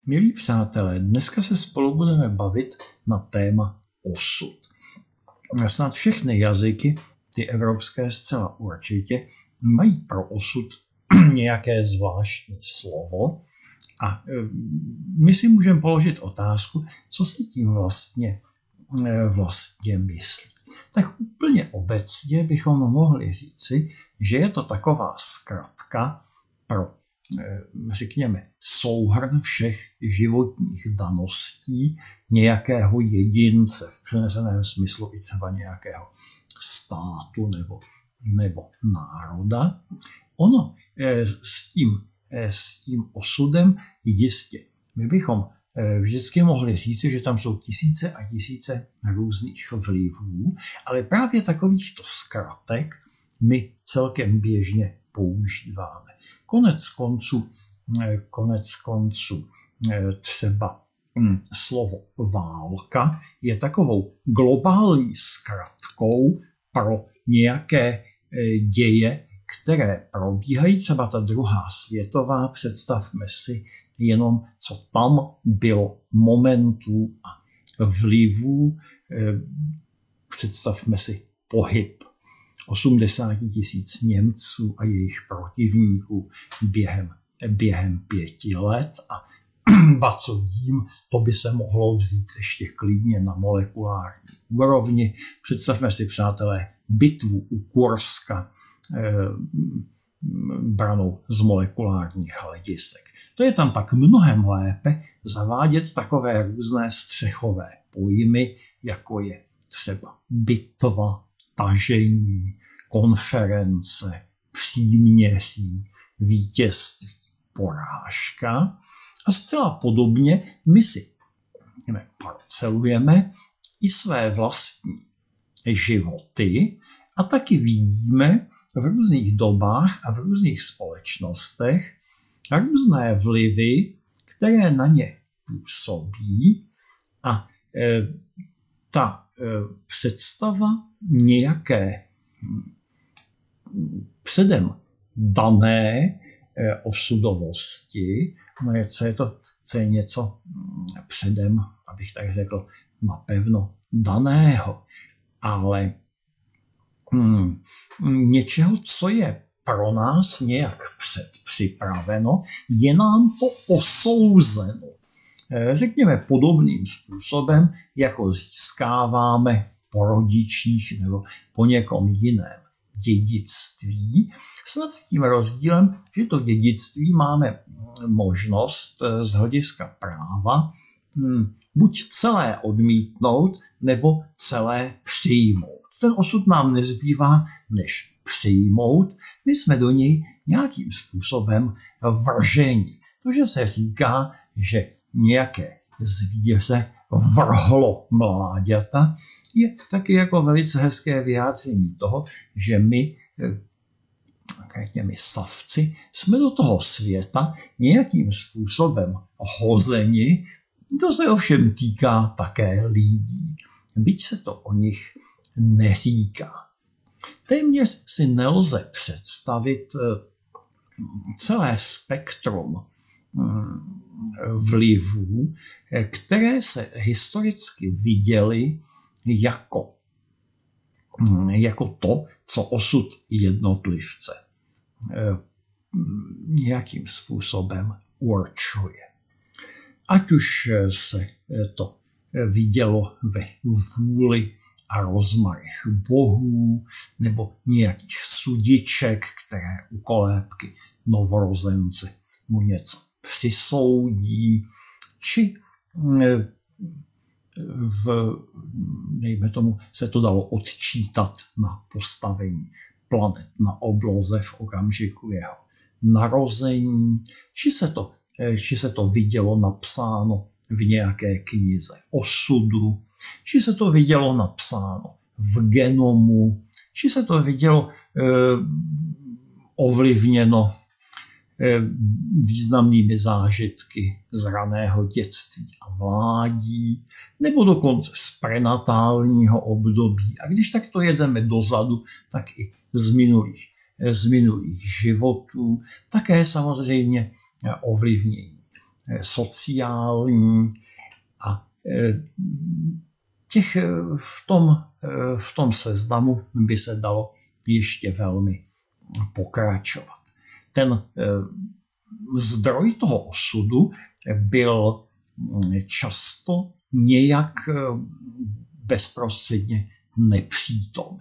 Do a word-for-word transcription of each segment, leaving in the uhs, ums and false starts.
Milí přátelé, dneska se spolu budeme bavit na téma osud. Snad všechny jazyky, ty evropské zcela určitě, mají pro osud nějaké zvláštní slovo a my si můžeme položit otázku, co si tím vlastně, vlastně myslí. Tak úplně obecně bychom mohli říci, že je to taková zkratka pro, řekněme, souhrn všech životních daností nějakého jedince, v přeneseném smyslu i třeba nějakého státu nebo, nebo národa. Ono s tím, s tím osudem jistě. My bychom vždycky mohli říci, že tam jsou tisíce a tisíce různých vlivů, ale právě takovýchto zkratek my celkem běžně používáme. Konec konců, konec konců třeba slovo válka je takovou globální zkratkou pro nějaké děje, které probíhají, třeba ta druhá světová, představme si jenom, co tam bylo momentů a vlivů, představme si pohyb osmdesát tisíc Němců a jejich protivníků během, během pěti let a ba co tím, to by se mohlo vzít ještě klidně na molekulární úrovni. Představme si, přátelé, bitvu u Kurska eh, branou z molekulárních hledisek. To je tam pak mnohem lépe zavádět takové různé střechové pojmy, jako je třeba bitva, tažení, konference, příměří, vítězství, porážka. A zcela podobně my si parcelujeme i své vlastní životy a taky vidíme v různých dobách a v různých společnostech různé vlivy, které na ně působí a e, ta e, představa nějaké předem dané e, osudovosti, no je, co je to, co je něco předem, abych tak řekl, napevno daného, ale mm, něčeho, co je pro nás nějak předpřipraveno, je nám to osouzeno. Řekněme podobným způsobem, jako získáváme po rodičích nebo po někom jiném dědictví. Snad s tím rozdílem, že to dědictví máme možnost z hlediska práva buď celé odmítnout, nebo celé přijmout. Ten osud nám nezbývá, než přijmout. My jsme do něj nějakým způsobem vrženi. To, že se říká, že nějaké zvíře vrhlo mláďata, je taky jako velice hezké vyjádření toho, že my, konkrétně my savci, jsme do toho světa nějakým způsobem hozeni. To se ovšem týká také lidí. Byť se to o nich neříká. Téměř si nelze představit celé spektrum vlivů, které se historicky viděly jako, jako to, co osud jednotlivce nějakým způsobem určuje. Ať už se to vidělo ve vůli a rozmarech bohů, nebo nějakých sudiček, které u kolébky novorozence mu něco přisoudí, či v, dejme tomu, se to dalo odčítat na postavení planet na obloze v okamžiku jeho narození, či se to, či se to vidělo napsáno v nějaké knize osudu, či se to vidělo napsáno v genomu, či se to vidělo eh, ovlivněno eh, významnými zážitky z raného dětství a mládí, nebo dokonce z prenatálního období. A když takto jedeme dozadu, tak i z minulých, z minulých životů, také samozřejmě ovlivnění sociální a těch v tom, v tom seznamu by se dalo ještě velmi pokračovat. Ten zdroj toho osudu byl často nějak bezprostředně nepřítomný.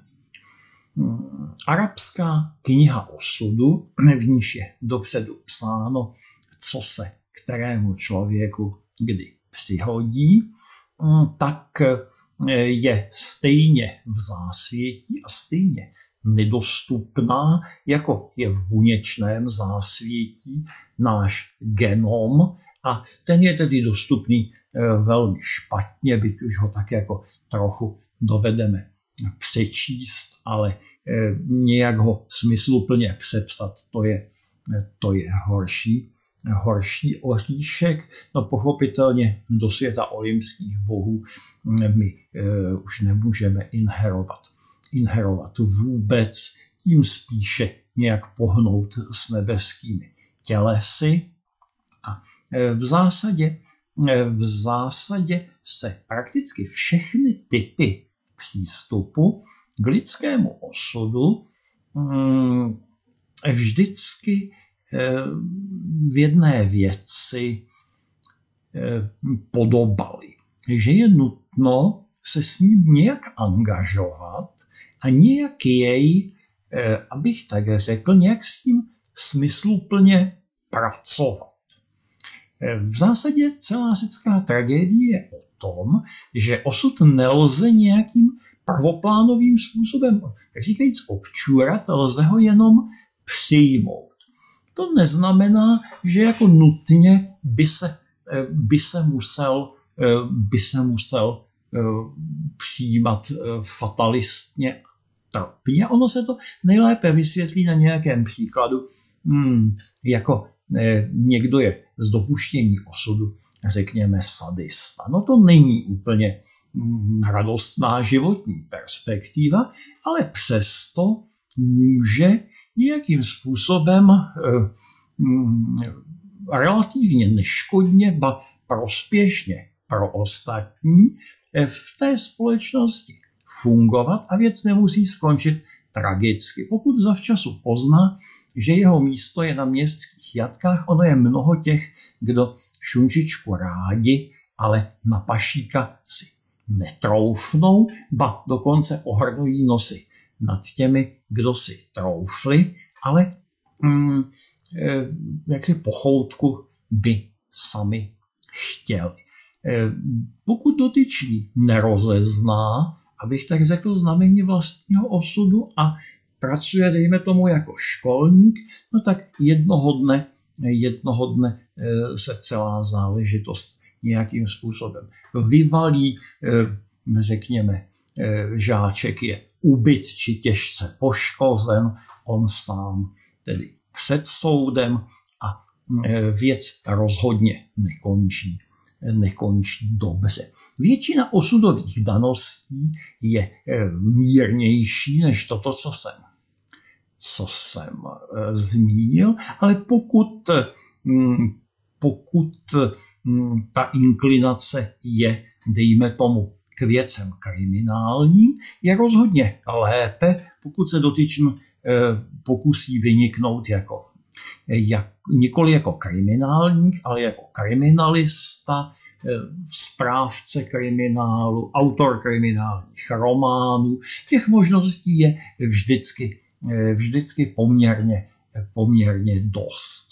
Arabská kniha osudu, v níž je dopředu psáno, co se kterému člověku kdy přihodí, tak je stejně v zásvětí a stejně nedostupná, jako je v buněčném zásvětí náš genom, a ten je tedy dostupný velmi špatně, byť už ho tak jako trochu dovedeme přečíst, ale nějak ho smysluplně přepsat, to je, to je horší, horší oříšek. No pochopitelně do světa olympských bohů my už nemůžeme inherovat. Inherovat vůbec, tím spíše nějak pohnout s nebeskými tělesy. A v zásadě, v zásadě se prakticky všechny typy přístupu k lidskému osudu vždycky v jedné věci podobaly, že je nutno se s ním nějak angažovat a nějak jej, abych tak řekl, nějak s tím smysluplně pracovat. V zásadě celá řecká tragédie je o tom, že osud nelze nějakým prvoplánovým způsobem, tak říkajíc, občurat, lze ho jenom přijmout. To neznamená, že jako nutně by se, by se musel, by se musel přijímat fatalistně trpně. Ono se to nejlépe vysvětlí na nějakém příkladu, hmm, jako někdo je z dopuštění osudu, řekněme, sadista. No to není úplně radostná životní perspektiva, ale přesto může nějakým způsobem relativně neškodně, ba prospěšně pro ostatní v té společnosti fungovat a věc nemusí skončit tragicky. Pokud zavčasu pozná, že jeho místo je na městských jatkách, ono je mnoho těch, kdo šunčičku rádi, ale na pašíka si netroufnou, ba dokonce ohrnují nosy nad těmi, kdo si troufli, ale mm, jaksi pochoutku by sami chtěli. Pokud dotyčný nerozezná, abych tak řekl, znamení vlastního osudu a pracuje, dejme tomu, jako školník, no tak jednoho dne, jednoho dne se celá záležitost nějakým způsobem vyvalí, řekněme, žáček je ubyt či těžce poškozen, on sám tedy před soudem a věc rozhodně nekončí, nekončí dobře. Většina osudových daností je mírnější než toto, co jsem, co jsem zmínil, ale pokud, pokud ta inklinace je, dejme tomu, k věcem kriminálním, je rozhodně lépe, pokud se dotyčný pokusí vyniknout jako, jak, nikoli jako kriminálník, ale jako kriminalista, správce kriminálu, autor kriminálních románů. Těch možností je vždycky, vždycky poměrně, poměrně dost.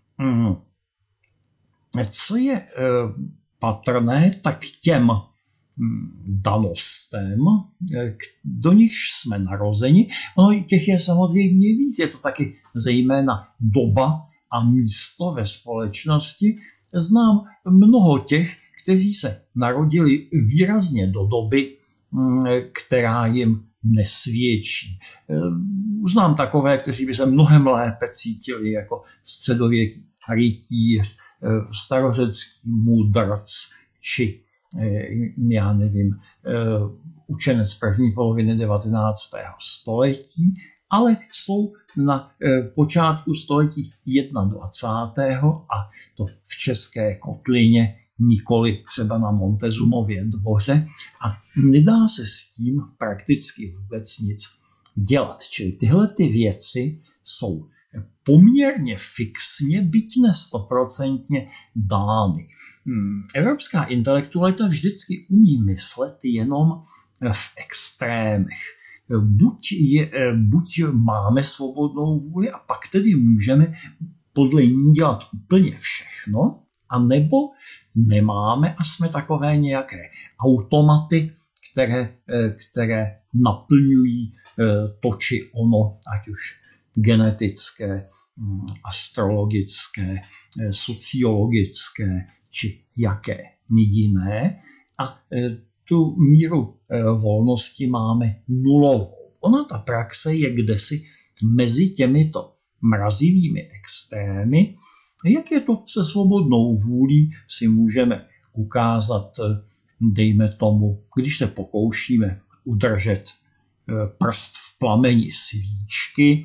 Co je patrné, tak těm danostem, do nichž jsme narozeni, no těch je samozřejmě víc, je to taky zejména doba a místo ve společnosti. Znám mnoho těch, kteří se narodili výrazně do doby, která jim nesvědčí. Znám takové, kteří by se mnohem lépe cítili jako středověký rytíř, starořecký mudrc, či já nevím, učenec první poloviny devatenáctého století, ale jsou na počátku století dvacátého prvního a to v České kotlině, nikoli třeba na Montezumově dvoře a nedá se s tím prakticky vůbec nic dělat. Čili tyhle ty věci jsou poměrně fixně, byť ne stoprocentně dány. Evropská intelektualita vždycky umí myslet jenom v extrémech. Buď, je, buď máme svobodnou vůli a pak tedy můžeme podle ní dělat úplně všechno, a nebo nemáme a jsme takové nějaké automaty, které, které naplňují to či ono, ať už genetické, astrologické, sociologické či jaké jiné. A tu míru volnosti máme nulovou. Ona, ta praxe, je kdesi mezi těmito mrazivými extrémy. Jak je to se svobodnou vůlí, si můžeme ukázat, dejme tomu, když se pokoušíme udržet prst v plameni svíčky.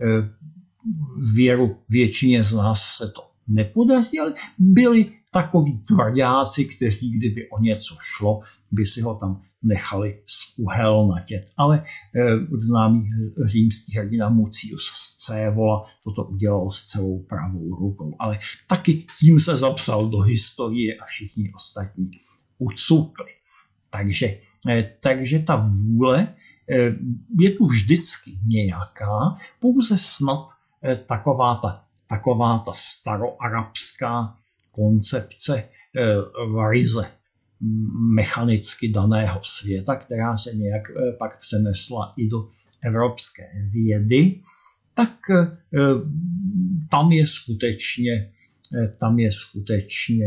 Věru většině z nás se to nepodaří, ale byli takoví tvrdáci, kteří, kdyby o něco šlo, by si ho tam nechali zuhelnatět. Ale známý římský hrdina Mucius Scaevola toto udělal s celou pravou rukou. Ale taky tím se zapsal do historie a všichni ostatní ucukli. Takže, takže ta vůle je tu vždycky nějaká, pouze snad taková ta, taková ta staroarabská koncepce ryze mechanicky daného světa, která se nějak pak přenesla i do evropské vědy, tak tam je skutečně, tam je skutečně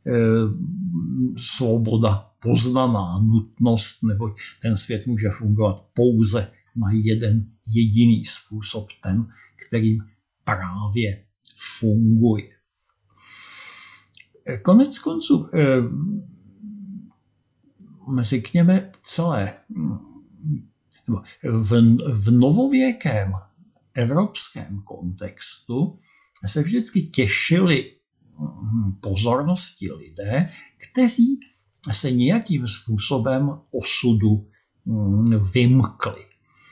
svoboda poznaná, nutnost, neboť ten svět může fungovat pouze na jeden jediný způsob, ten, kterým právě funguje. Konec konců, řekněme, celé v, v novověkém evropském kontextu se vždycky těšili pozornosti lidé, kteří se nějakým způsobem osudu vymkli.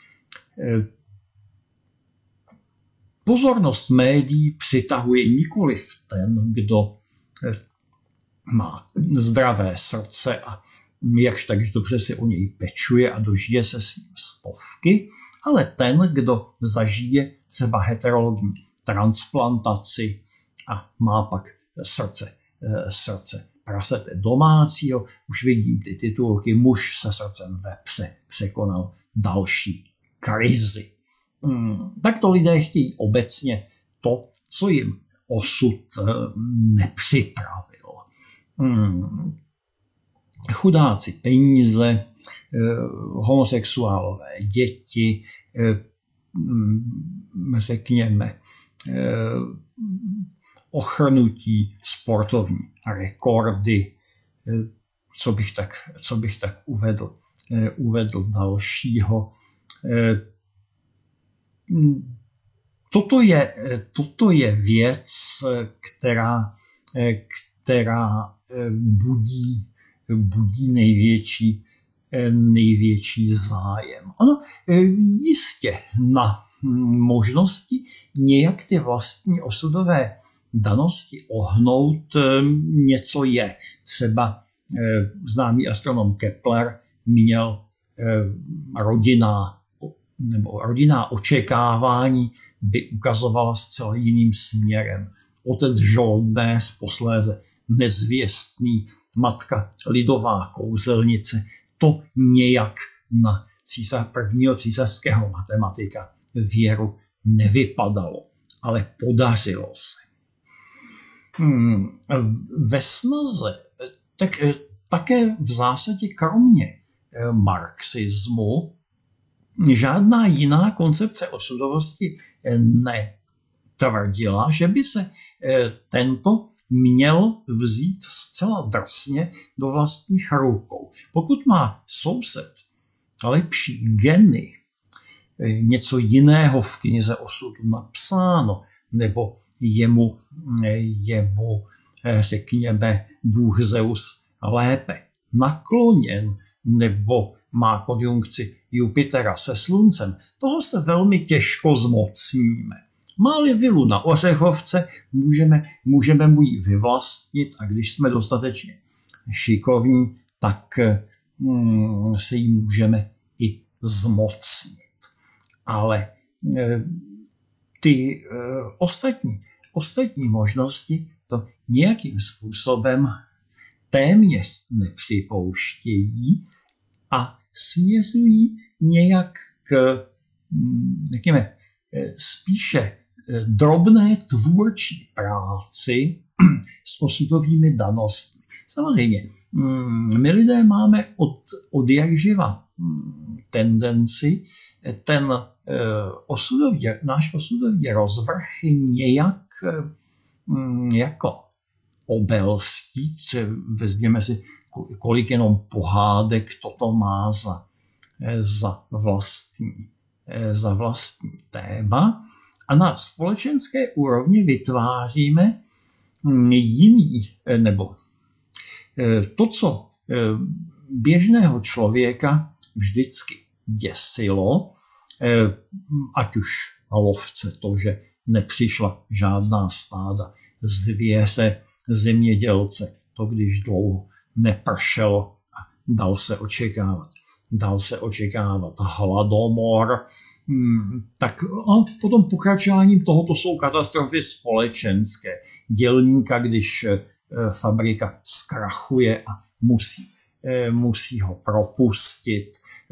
Pozornost médií přitahuje nikoliv ten, kdo má zdravé srdce a jakž tak dobře se o něj pečuje a dožije se s ním stovky, ale ten, kdo zažije třeba heterologní transplantaci a má pak srdce, srdce prasete domácího. Už vidím ty titulky, muž se srdcem vepře překonal další krizi. Hmm, tak to lidé chtějí obecně to, co jim osud nepřipravil. Hmm. Chudáci peníze, homosexuálové děti, řekněme, ochrnutí sportovní rekordy, co bych tak, co bych tak uvedl, uvedl dalšího. Toto je, toto je věc, která, která budí, budí největší, největší zájem. Ono jistě na možnosti nějak ty vlastní osudové danosti ohnout něco je. Třeba známý astronom Kepler měl rodinná nebo rodinná očekávání by ukazovala zcela jiným směrem. Otec žoldnéř, posléze nezvěstný, matka lidová kouzelnice, to nějak na císař, prvního císařského matematika věru nevypadalo, ale podařilo se. Hmm, ve snaze, tak také v zásadě kromě marxismu žádná jiná koncepce osudovosti netvrdila, že by se tento měl vzít zcela drsně do vlastních rukou. Pokud má soused lepší geny, něco jiného v knize osudu napsáno, nebo je mu, je mu řekněme, Bůh Zeus lépe nakloněn, nebo má konjunkci Jupitera se sluncem, toho se velmi těžko zmocníme. Má-li vilu na Ořechovce, můžeme, můžeme mu ji vyvlastnit a když jsme dostatečně šikovní, tak hmm, se jí můžeme i zmocnit. Ale e, ty e, ostatní, ostatní možnosti to nějakým způsobem téměř nepřipouštějí a směřují nějak k, řekněme, spíše drobné tvůrčí práci s osudovými danostmi. Samozřejmě, my lidé máme od, od jak živa tendenci ten osudový, náš osudový rozvrh nějak jako obelstít. Vezměme si, kolik jenom pohádek toto má za, za vlastní za vlastní téma a na společenské úrovni vytváříme jiný, nebo to, co běžného člověka vždycky děsilo, ať už na lovce to, že nepřišla žádná stáda zvěře, zemědělce, to, když dlouho nepršelo a dal se očekávat. Dal se očekávat hladomor, tak a potom pokračováním tohoto jsou katastrofy společenské. Dělníka, když fabrika zkrachuje a musí, musí ho propustit.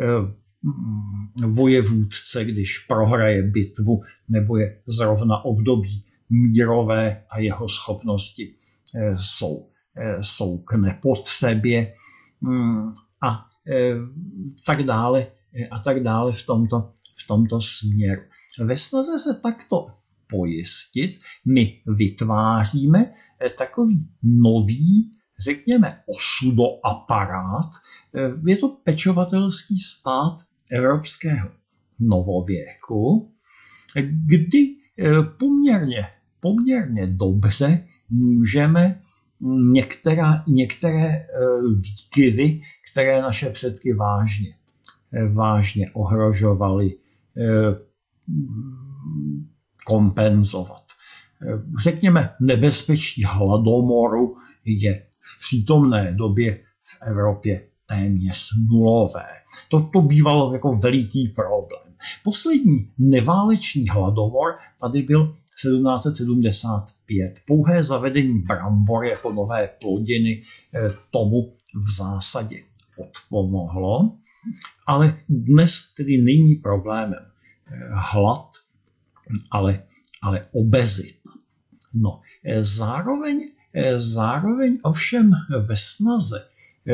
Vojevůdce, když prohraje bitvu, nebo je zrovna období mírové a jeho schopnosti jsou, jsou k nepotřebě a tak dále a tak dále v tomto, v tomto směru. Ve snaze se takto pojistit, my vytváříme takový nový, řekněme, osudoaparát. Je to pečovatelský stát evropského novověku, kdy poměrně, poměrně dobře můžeme některá, některé výkyvy, které naše předky vážně, vážně ohrožovaly, kompenzovat. Řekněme, nebezpečí hladomoru je v přítomné době v Evropě téměř nulové. To, to bývalo jako veliký problém. Poslední neválečný hladomor tady byl sedmnáct set sedmdesát pět. Pouhé zavedení brambor jako nové plodiny tomu v zásadě odpomohlo, ale dnes tedy není problémem hlad, ale, ale obezita. No, zároveň, zároveň ovšem ve snaze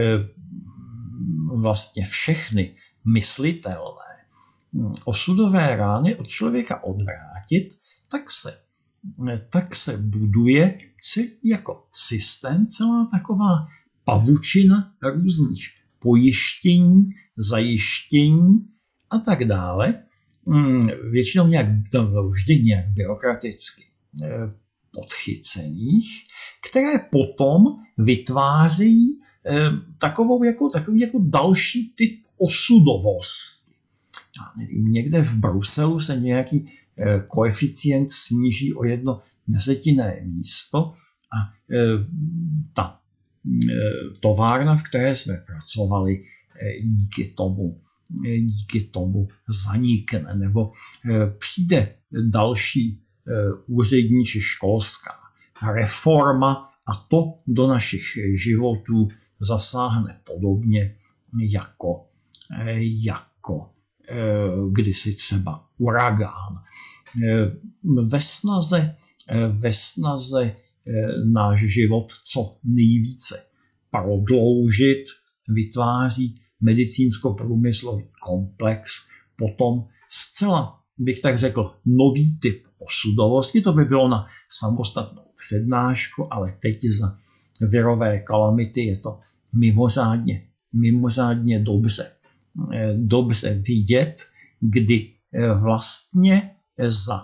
vlastně všechny myslitelné osudové rány od člověka odvrátit, tak se, tak se buduje jako systém, celá taková pavučina různých pojištění, zajištění a tak dále. Většinou nějak, vždy nějak byrokraticky podchycených, které potom vytvářejí takovou jako, takový jako další typ osudovosti. Já nevím, někde v Bruselu se nějaký koeficient sníží o jedno desetinné místo a ta továrna, v které jsme pracovali, díky tomu, díky tomu zanikne, nebo přijde další úřední či školská reforma a to do našich životů zasáhne podobně jako, jako kdysi třeba uragán. Ve snaze, ve snaze náš život co nejvíce prodloužit vytváří medicínsko-průmyslový komplex, potom zcela, bych tak řekl, nový typ osudovosti. To by bylo na samostatnou přednášku, ale teď za virové kalamity je to mimořádně, mimořádně dobře, dobře vidět, kdy vlastně za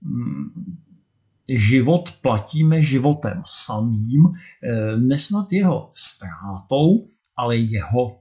život platíme životem samým, nesnad jeho ztrátou, ale jeho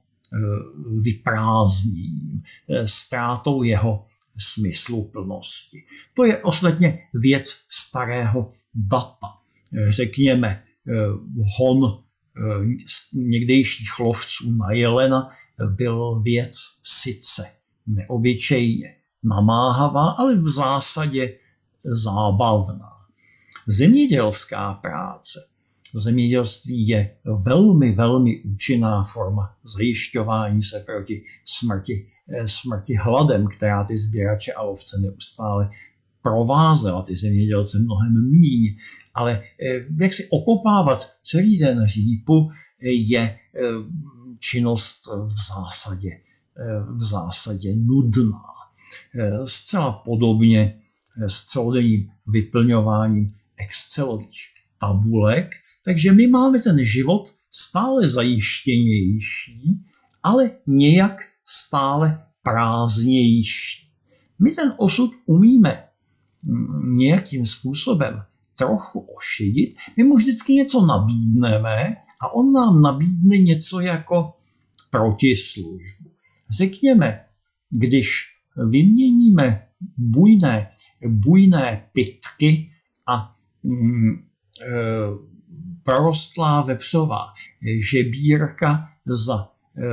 vyprázdněním, ztrátou jeho smysluplnosti. To je ostatně věc starého data. Řekněme, hon někdejších lovců na jelena byl věc sice neobyčejně namáhavá, ale v zásadě zábavná. Zemědělská práce. Zemědělství je velmi, velmi účinná forma zajišťování se proti smrti, smrti hladem, která ty sběrače a lovce neustále provázela, ty zemědělce mnohem míň. Ale jak si okopávat celý den řípu je činnost v zásadě, v zásadě nudná. Zcela podobně s celodenním vyplňováním excelových tabulek, takže my máme ten život stále zajištěnější, ale nějak stále prázdnější. My ten osud umíme nějakým způsobem trochu ošidit. My mu vždycky něco nabídneme a on nám nabídne něco jako protislužbu. Řekněme, když vyměníme bujné, bujné pytky a mm, e, prorostlá vepřová žebírka za e,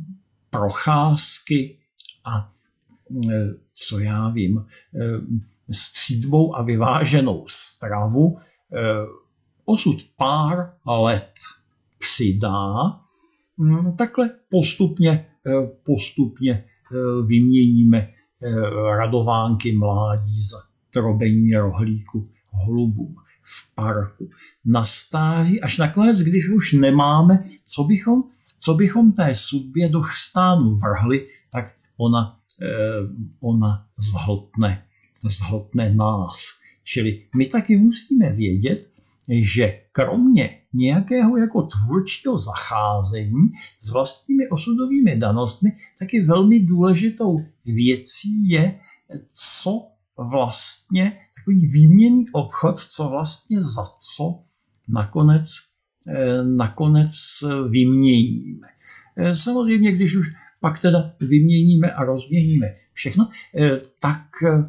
procházky a e, co já vím, e, střídbou a vyváženou stravu, e, osud pár let přidá, m, takhle postupně, e, postupně e, vyměníme radovánky mládí za trobení rohlíku holubům v parku. Na stáří, až nakonec, když už nemáme, co bychom, co bychom té sudbě do chřtánu vrhli, tak ona, ona zhltne, zhltne nás. Čili my taky musíme vědět, že kromě nějakého jako tvůrčího zacházení s vlastními osudovými danostmi, taky velmi důležitou věcí je, co vlastně, takový výměnný obchod, co vlastně za co nakonec, nakonec vyměníme. Samozřejmě, když už pak teda vyměníme a rozměníme všechno, tak,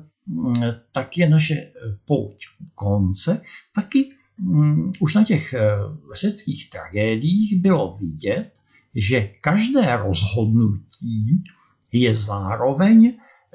tak je naše pouť u konce, taky už na těch řeckých tragédiích bylo vidět, že každé rozhodnutí je zároveň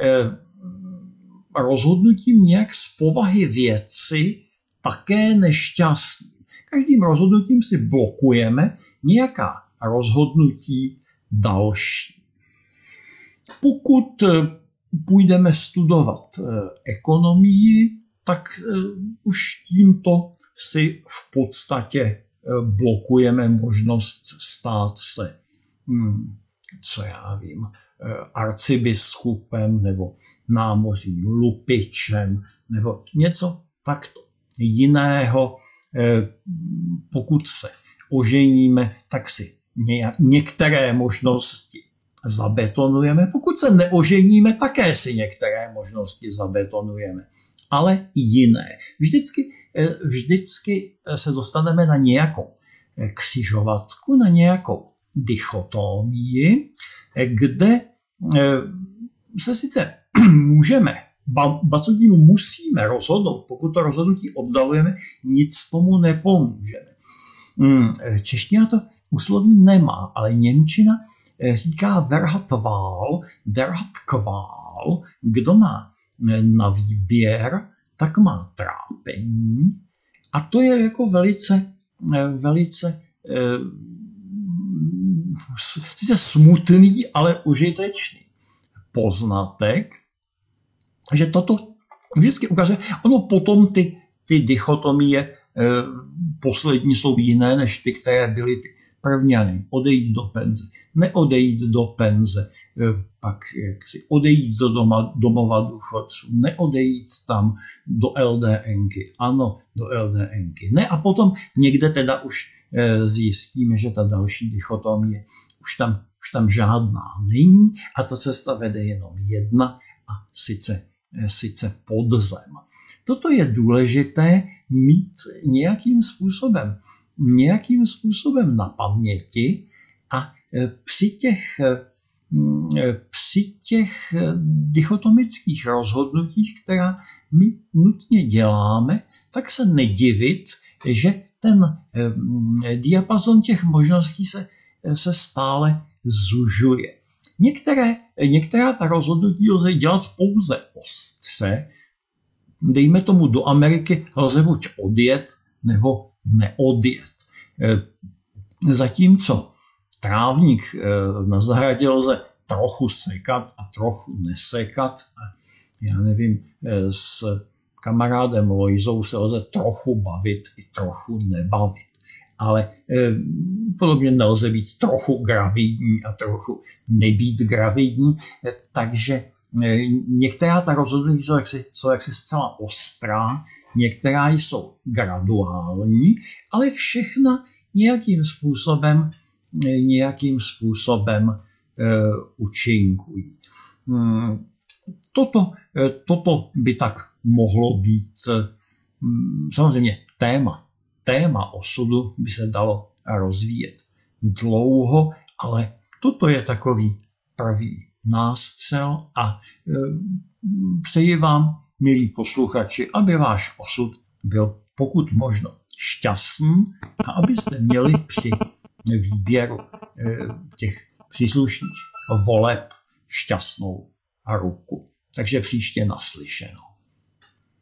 rozhodnutím nějak z povahy věci také nešťastným. Každým rozhodnutím si blokujeme nějaká rozhodnutí další. Pokud půjdeme studovat ekonomii, tak už tímto si v podstatě blokujeme možnost stát se, hmm, co já vím, arcibiskupem nebo námořním lupičem nebo něco takto jiného. Pokud se oženíme, tak si některé možnosti zabetonujeme. Pokud se neoženíme, také si některé možnosti zabetonujeme. Ale jiné. Vždycky, vždycky se dostaneme na nějakou křižovatku, na nějakou dichotomii, kde se sice můžeme, ba, ba co tím musíme rozhodnout, pokud to rozhodnutí oddalujeme, nic tomu nepomůžeme. Čeština to úsloví nemá, ale němčina říká wer hat Wahl, der hat Qual. Kdo má na výběr, tak má trápení. A to je jako velice, velice sice smutný, ale užitečný poznatek, že toto vždycky ukazuje. Ono potom ty, ty dichotomie poslední jsou jiné, než ty, které byly ty první. Odejít do penze, neodejít do penze, pak jaksi odejít do doma, domova důchodců, neodejít tam do LDNky, ano, do LDNky, ne, a potom někde teda už zjistíme, že ta další dichotomie už tam, už tam žádná není a ta cesta vede jenom jedna a sice, sice podzem. Toto je důležité mít nějakým způsobem, nějakým způsobem na paměti a při těch, při těch dichotomických rozhodnutích, která my nutně děláme, tak se nedivit, že ten diapazon těch možností se, se stále zužuje. Některé, některá ta rozhodnutí lze dělat pouze ostře, dejme tomu do Ameriky lze buď odjet nebo neodjet. Zatímco trávník na zahradě lze trochu sekat a trochu nesekat. Já nevím, s kamarádem Lojzou se lze trochu bavit i trochu nebavit. Ale eh, podobně nelze být trochu gravidní a trochu nebýt gravidní, eh, takže eh, některá ta rozhodnutí jsou jaksi, jsou jaksi zcela ostrá, některá jsou graduální, ale všechna nějakým způsobem, eh, nějakým způsobem eh, účinkují. Hmm, toto, eh, toto by tak mohlo být eh, samozřejmě téma. Téma osudu by se dalo rozvíjet dlouho, ale toto je takový první nástřel a e, přeji vám, milí posluchači, aby váš osud byl pokud možno šťastný a abyste měli při výběru e, těch příslušných voleb šťastnou ruku. Takže příště naslyšenou.